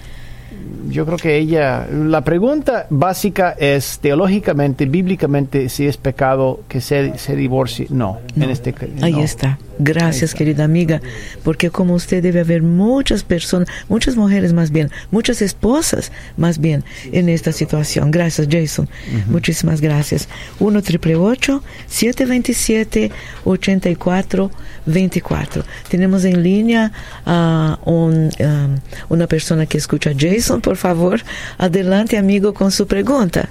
yo creo que ella, la pregunta básica es teológicamente, bíblicamente, si es pecado que se, se divorcie. No, no. en este no. Ahí está. Gracias, está. Querida amiga, porque como usted debe haber muchas personas, muchas mujeres más bien, muchas esposas más bien en esta situación. Gracias, Jason. Uh-huh. Muchísimas gracias. uno, ocho ocho ocho, siete dos siete, ocho cuatro dos cuatro. Tenemos en línea a uh, un, um, una persona que escucha a Jason. Por favor, adelante, amigo, con su pregunta.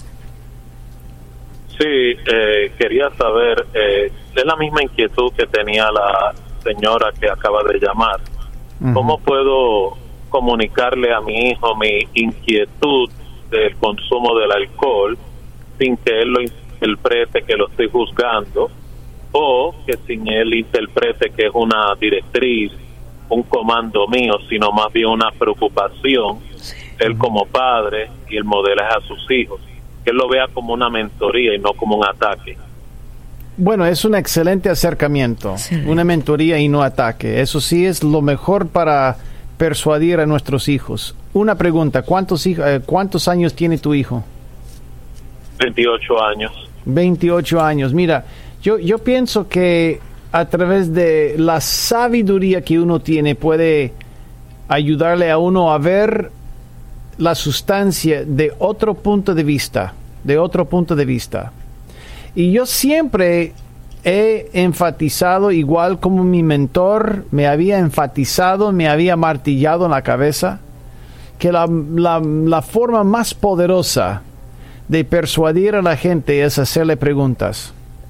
Sí, eh, quería saber, eh, es la misma inquietud que tenía la señora que acaba de llamar. Uh-huh. ¿Cómo puedo comunicarle a mi hijo mi inquietud del consumo del alcohol sin que él lo interprete que lo estoy juzgando, o que sin él interprete que es una directriz, un comando mío, sino más bien una preocupación, sí. él como padre, y el modelo es a sus hijos, que él lo vea como una mentoría y no como un ataque? Bueno, es un excelente acercamiento, excelente. Una mentoría y no ataque. Eso sí es lo mejor para persuadir a nuestros hijos. Una pregunta, ¿cuántos, hijos, eh, ¿cuántos años tiene tu hijo? veintiocho años. veintiocho años. Mira, yo, yo pienso que a través de la sabiduría que uno tiene puede ayudarle a uno a ver la sustancia de otro punto de vista, de otro punto de vista. Y yo siempre he enfatizado, igual como mi mentor me había enfatizado, me había martillado en la cabeza, que la, la, la forma más poderosa de persuadir a la gente es hacerle preguntas.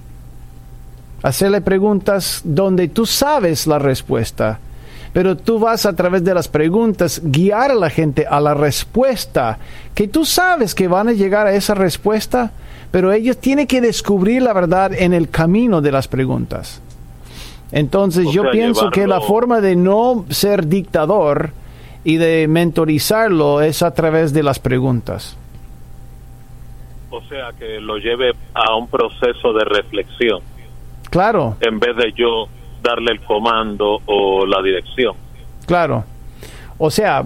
Hacerle preguntas donde tú sabes la respuesta, pero tú vas a través de las preguntas guiar a la gente a la respuesta, que tú sabes que van a llegar a esa respuesta, pero ellos tienen que descubrir la verdad en el camino de las preguntas. Entonces, o yo sea, pienso llevarlo... que la forma de no ser dictador y de mentorizarlo es a través de las preguntas. O sea, que lo lleve a un proceso de reflexión. Claro. En vez de yo darle el comando o la dirección. Claro. O sea,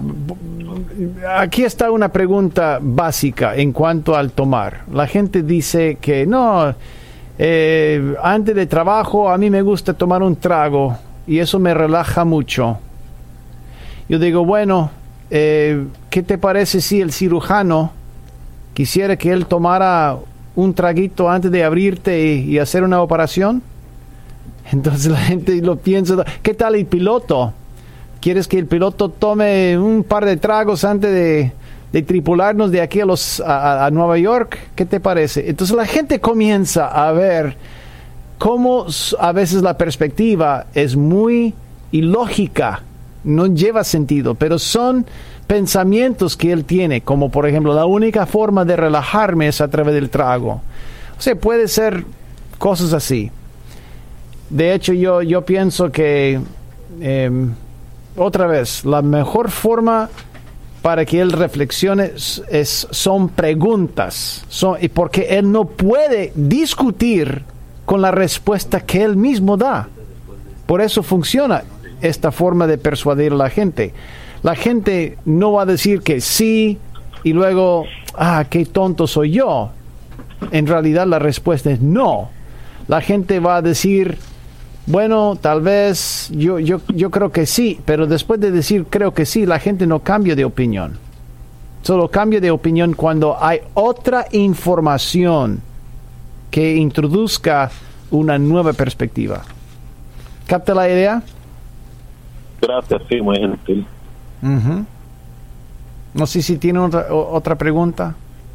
aquí está una pregunta básica en cuanto al tomar. La gente dice que no, eh, antes de trabajo a mí me gusta tomar un trago y eso me relaja mucho. Yo digo, bueno, eh, ¿qué te parece si el cirujano quisiera que él tomara un traguito antes de abrirte y, y hacer una operación? Entonces la gente lo piensa, ¿qué tal el piloto? ¿Quieres que el piloto tome un par de tragos antes de, de tripularnos de aquí a, los, a, a Nueva York? ¿Qué te parece? Entonces la gente comienza a ver cómo a veces la perspectiva es muy ilógica, no lleva sentido, pero son pensamientos que él tiene, como por ejemplo, la única forma de relajarme es a través del trago. O sea, puede ser cosas así. De hecho, yo, yo pienso que... Eh, otra vez, la mejor forma para que él reflexione es, es, son preguntas, son, y porque él no puede discutir con la respuesta que él mismo da. Por eso funciona esta forma de persuadir a la gente. La gente no va a decir que sí y luego, ah, qué tonto soy yo. En realidad la respuesta es no. La gente va a decir, bueno, tal vez yo, yo, yo creo que sí, pero después de decir creo que sí, la gente no cambia de opinión. Solo cambia de opinión cuando hay otra información que introduzca una nueva perspectiva. ¿Capta la idea? Gracias, sí, muy gentil. Uh-huh. No sé si tiene otra, otra pregunta.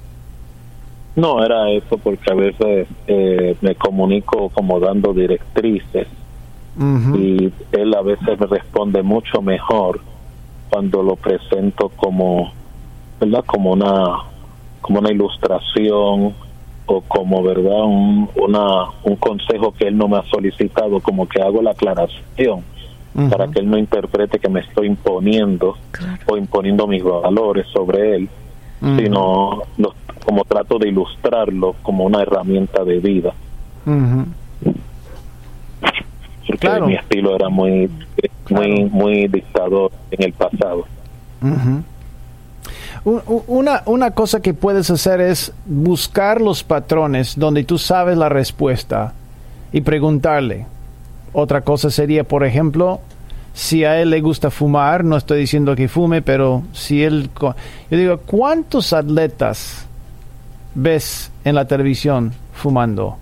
No, era eso, porque a veces eh, me comunico como dando directrices. Uh-huh. Y él a veces me responde mucho mejor cuando lo presento como, ¿verdad? Como una, como una ilustración o como, ¿verdad? Un, una, un consejo que él no me ha solicitado, como que hago la aclaración. Uh-huh. Para que él no interprete que me estoy imponiendo, claro, o imponiendo mis valores sobre él, uh-huh, sino los, como trato de ilustrarlo como una herramienta de vida. Uh-huh. Porque claro, mi estilo era muy muy claro, muy dictador en el pasado. Uh-huh. Una, una cosa que puedes hacer es buscar los patrones donde tú sabes la respuesta y preguntarle. Otra cosa sería, por ejemplo, si a él le gusta fumar, no estoy diciendo que fume, pero si él... Yo digo, ¿cuántos atletas ves en la televisión fumando?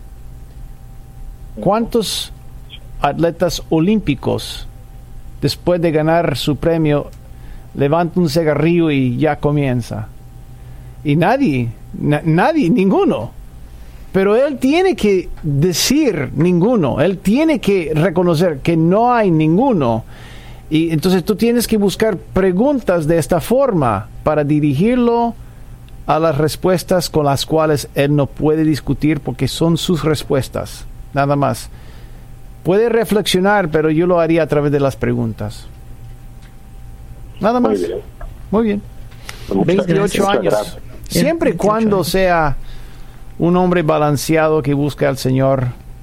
¿Cuántos atletas olímpicos, después de ganar su premio, levanta un cigarrillo y ya comienza? Y nadie, na- nadie, ninguno. Pero él tiene que decir ninguno, él tiene que reconocer que no hay ninguno. Y entonces tú tienes que buscar preguntas de esta forma para dirigirlo a las respuestas con las cuales él no puede discutir, porque son sus respuestas, nada más. Puede reflexionar, pero yo lo haría a través de las preguntas. Nada más. Muy bien. Muy bien. veintiocho años. Siempre y cuando sea un hombre balanceado que busca al Señor,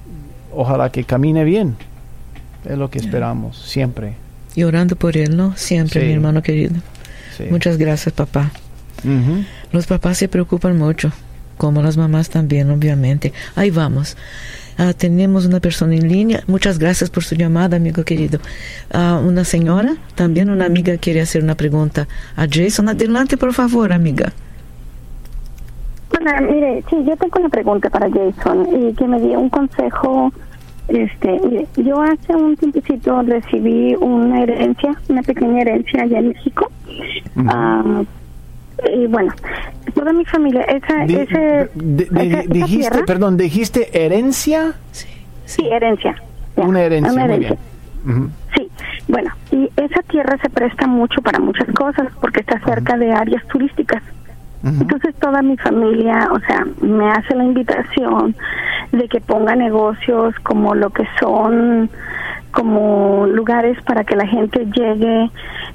ojalá que camine bien. Es lo que esperamos, siempre. Y orando por él, ¿no? Siempre, Sí. mi hermano querido. Sí. Muchas gracias, papá. Ujú. Los papás se preocupan mucho, como las mamás también, obviamente. Ahí vamos. Ah, tenemos una persona en línea. Muchas gracias por su llamada, amigo querido. Ah, una señora, también una amiga quiere hacer una pregunta a Jason. Adelante, por favor, amiga. Hola, mire, sí, yo tengo una pregunta para Jason y que me dio un consejo. Este, mire, yo hace un tiempecito recibí una herencia, una pequeña herencia allá en México. Ujú. Ah, y bueno, toda mi familia, esa, Di- ese, di- di- esa- esa dijiste, tierra- perdón, dijiste herencia. Sí, sí, herencia. Ya, Una herencia, una muy herencia. bien. Ujú. Sí, bueno, y esa tierra se presta mucho para muchas cosas porque está cerca de áreas turísticas. Ujú. Entonces toda mi familia, o sea, me hace la invitación de que ponga negocios como lo que son como lugares para que la gente llegue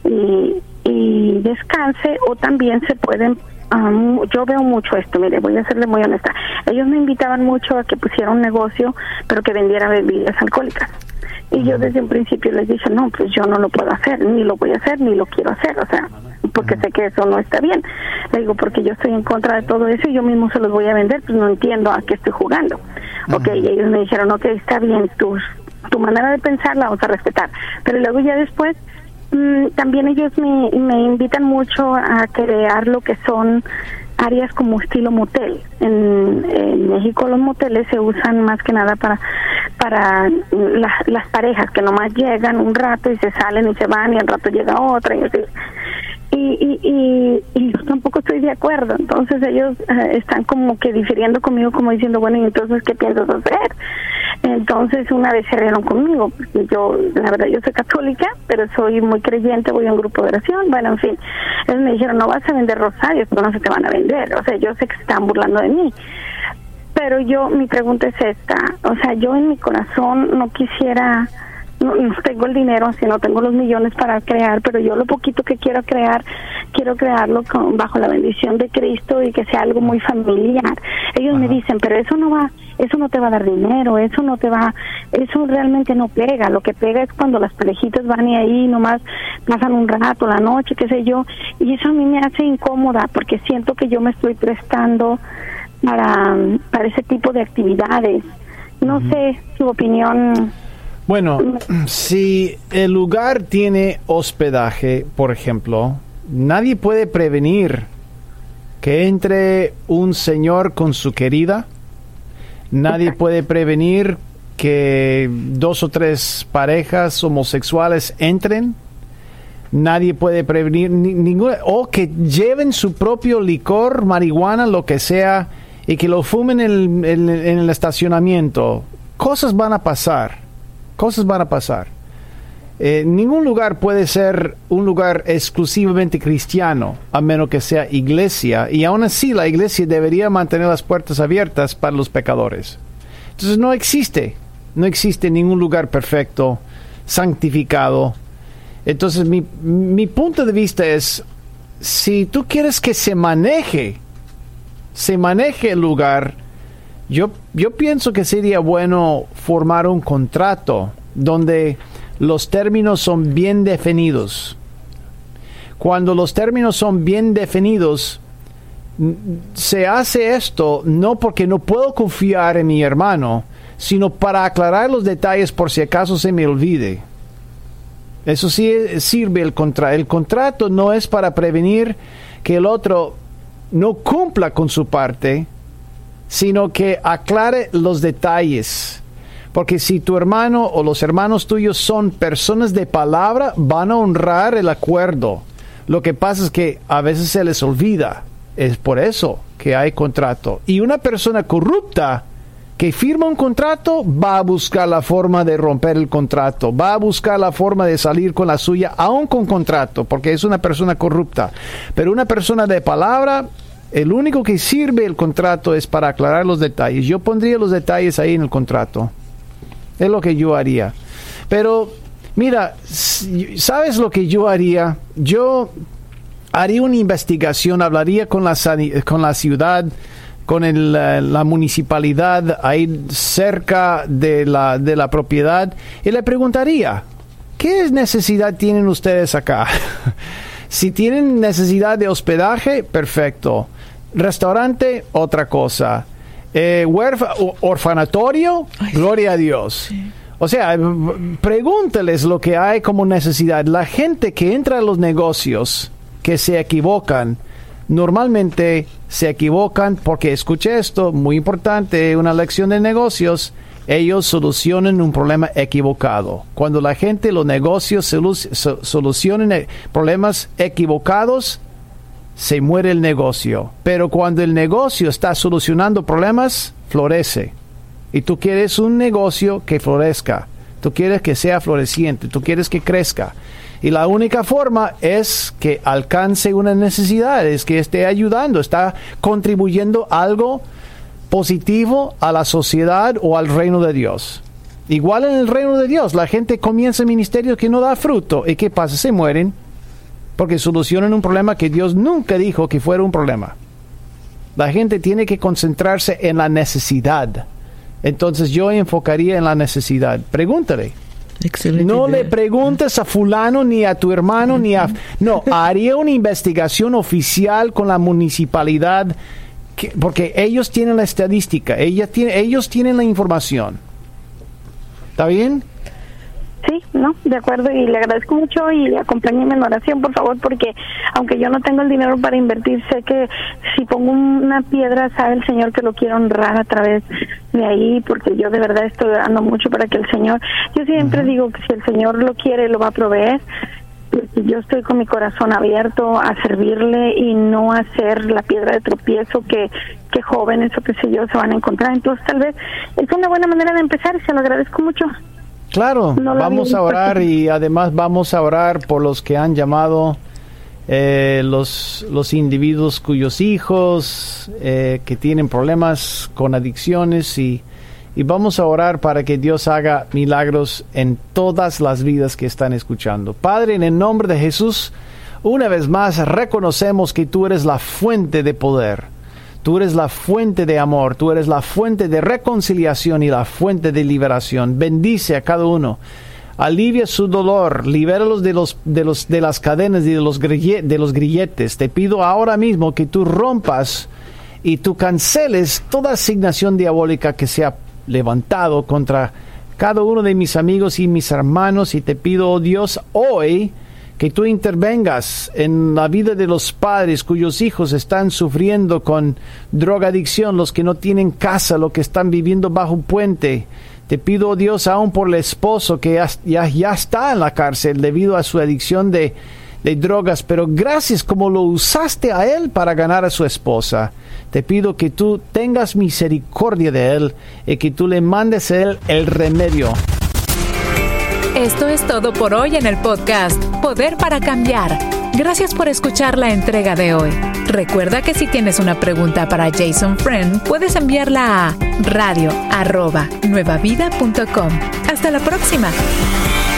y, y descanse, o también se pueden, um, yo veo mucho esto, mire, voy a serle muy honesta, ellos me invitaban mucho a que pusiera un negocio pero que vendiera bebidas alcohólicas. Y yo desde un principio les dije, no, pues yo no lo puedo hacer, ni lo voy a hacer, ni lo quiero hacer, o sea, porque sé que eso no está bien. Le digo, porque yo estoy en contra de todo eso y yo mismo se los voy a vender, pues no entiendo a qué estoy jugando. Ok, y ellos me dijeron, ok, está bien, tu, tu manera de pensar la vamos a respetar. Pero luego ya después, mmm, también ellos me, me invitan mucho a crear lo que son áreas como estilo motel. En, en México los moteles se usan más que nada para para la, las parejas que nomás llegan un rato y se salen y se van y al rato llega otra y así. Y, y, y, y yo tampoco estoy de acuerdo. Entonces ellos eh, están como que difiriendo conmigo, como diciendo, bueno, ¿y entonces qué piensas hacer? Entonces una vez se rieron conmigo, porque yo, la verdad, yo soy católica, pero soy muy creyente, voy a un grupo de oración, bueno, en fin. Ellos me dijeron, no vas a vender rosarios, pero no se te van a vender. O sea, yo sé que se están burlando de mí. Pero yo, mi pregunta es esta, o sea, yo en mi corazón no quisiera, no, no tengo el dinero, si no tengo los millones para crear, pero yo lo poquito que quiero crear, quiero crearlo con, bajo la bendición de Cristo y que sea algo muy familiar. Ellos Ajá. me dicen, pero eso no va, eso no te va a dar dinero, eso no te va, eso realmente no pega, lo que pega es cuando las parejitas van y ahí nomás pasan un rato, la noche, qué sé yo, y eso a mí me hace incómoda porque siento que yo me estoy prestando para, para ese tipo de actividades. No uh-huh. sé su opinión. Bueno, si el lugar tiene hospedaje, por ejemplo, nadie puede prevenir que entre un señor con su querida. Nadie puede prevenir que dos o tres parejas homosexuales entren. Nadie puede prevenir ni, ninguna, o que lleven su propio licor, marihuana, lo que sea, y que lo fumen en el, en, en el estacionamiento. Cosas van a pasar. Cosas van a pasar. Eh, ningún lugar puede ser un lugar exclusivamente cristiano, a menos que sea iglesia. Y aún así, la iglesia debería mantener las puertas abiertas para los pecadores. Entonces, no existe. No existe ningún lugar perfecto, santificado. Entonces, mi, mi punto de vista es, si tú quieres que se maneje, se maneje el lugar, yo, yo pienso que sería bueno formar un contrato donde los términos son bien definidos. Cuando los términos son bien definidos, se hace esto no porque no puedo confiar en mi hermano, sino para aclarar los detalles por si acaso se me olvide. Eso sí sirve el contrato. El contrato no es para prevenir que el otro no cumpla con su parte, sino que aclare los detalles. Porque si tu hermano o los hermanos tuyos son personas de palabra, van a honrar el acuerdo. Lo que pasa es que a veces se les olvida. Es por eso que hay contrato. Y una persona corrupta que firma un contrato va a buscar la forma de romper el contrato, va a buscar la forma de salir con la suya, aún con contrato, porque es una persona corrupta. Pero una persona de palabra, el único que sirve el contrato es para aclarar los detalles. Yo pondría los detalles ahí en el contrato. Es lo que yo haría. Pero, mira, ¿sabes lo que yo haría? Yo haría una investigación, hablaría con la, con la ciudad con el, la, la municipalidad ahí cerca de la, de la propiedad y le preguntaría, ¿qué necesidad tienen ustedes acá? Si tienen necesidad de hospedaje, perfecto. Restaurante, otra cosa. Eh, huerfa, orfanatorio, Ay, gloria a Dios. Sí. O sea, pregúnteles lo que hay como necesidad. La gente que entra a los negocios, que se equivocan, normalmente se equivocan porque, escuché esto, muy importante, una lección de negocios, ellos solucionan un problema equivocado. Cuando la gente, los negocios solu- solucionan problemas equivocados, se muere el negocio. Pero cuando el negocio está solucionando problemas, florece. Y tú quieres un negocio que florezca. Tú quieres que sea floreciente. Tú quieres que crezca. Y la única forma es que alcance una necesidad, es que esté ayudando, está contribuyendo algo positivo a la sociedad o al reino de Dios. Igual en el reino de Dios, la gente comienza ministerios que no da fruto. ¿Y qué pasa? Se mueren porque solucionan un problema que Dios nunca dijo que fuera un problema. La gente tiene que concentrarse en la necesidad. Entonces yo enfocaría en la necesidad. Pregúntale. Excelente no idea. Le preguntes a fulano ni a tu hermano uh-huh. ni a... No, haría una investigación oficial con la municipalidad que, porque ellos tienen la estadística, ella tiene, ellos tienen la información. ¿Está bien? Sí, no, de acuerdo, y le agradezco mucho y acompáñeme en oración, por favor, porque aunque yo no tengo el dinero para invertir, sé que si pongo una piedra, sabe el Señor que lo quiero honrar a través de ahí, porque yo de verdad estoy orando mucho para que el Señor, yo siempre uh-huh. digo que si el Señor lo quiere, lo va a proveer. Yo estoy con mi corazón abierto a servirle y no a ser la piedra de tropiezo que, que jóvenes o qué sé yo se van a encontrar. Entonces tal vez es una buena manera de empezar y se lo agradezco mucho. Claro, no vamos a orar y además vamos a orar por los que han llamado, eh, los, los individuos cuyos hijos eh, que tienen problemas con adicciones y, y vamos a orar para que Dios haga milagros en todas las vidas que están escuchando. Padre, en el nombre de Jesús, una vez más reconocemos que tú eres la fuente de poder. Tú eres la fuente de amor, tú eres la fuente de reconciliación y la fuente de liberación. Bendice a cada uno. Alivia su dolor, libéralos de los de los de las cadenas y de los grilletes, de los grilletes. Te pido ahora mismo que tú rompas y tú canceles toda asignación diabólica que se ha levantado contra cada uno de mis amigos y mis hermanos, y te pido, oh Dios, hoy que tú intervengas en la vida de los padres cuyos hijos están sufriendo con drogadicción, los que no tienen casa, los que están viviendo bajo un puente. Te pido, oh Dios, aún por el esposo que ya, ya, ya está en la cárcel debido a su adicción de, de drogas, pero gracias como lo usaste a él para ganar a su esposa. Te pido que tú tengas misericordia de él y que tú le mandes a él el remedio. Esto es todo por hoy en el podcast Poder para Cambiar. Gracias por escuchar la entrega de hoy. Recuerda que si tienes una pregunta para Jason Friend, puedes enviarla a radio arroba nueva vida punto com. Hasta la próxima.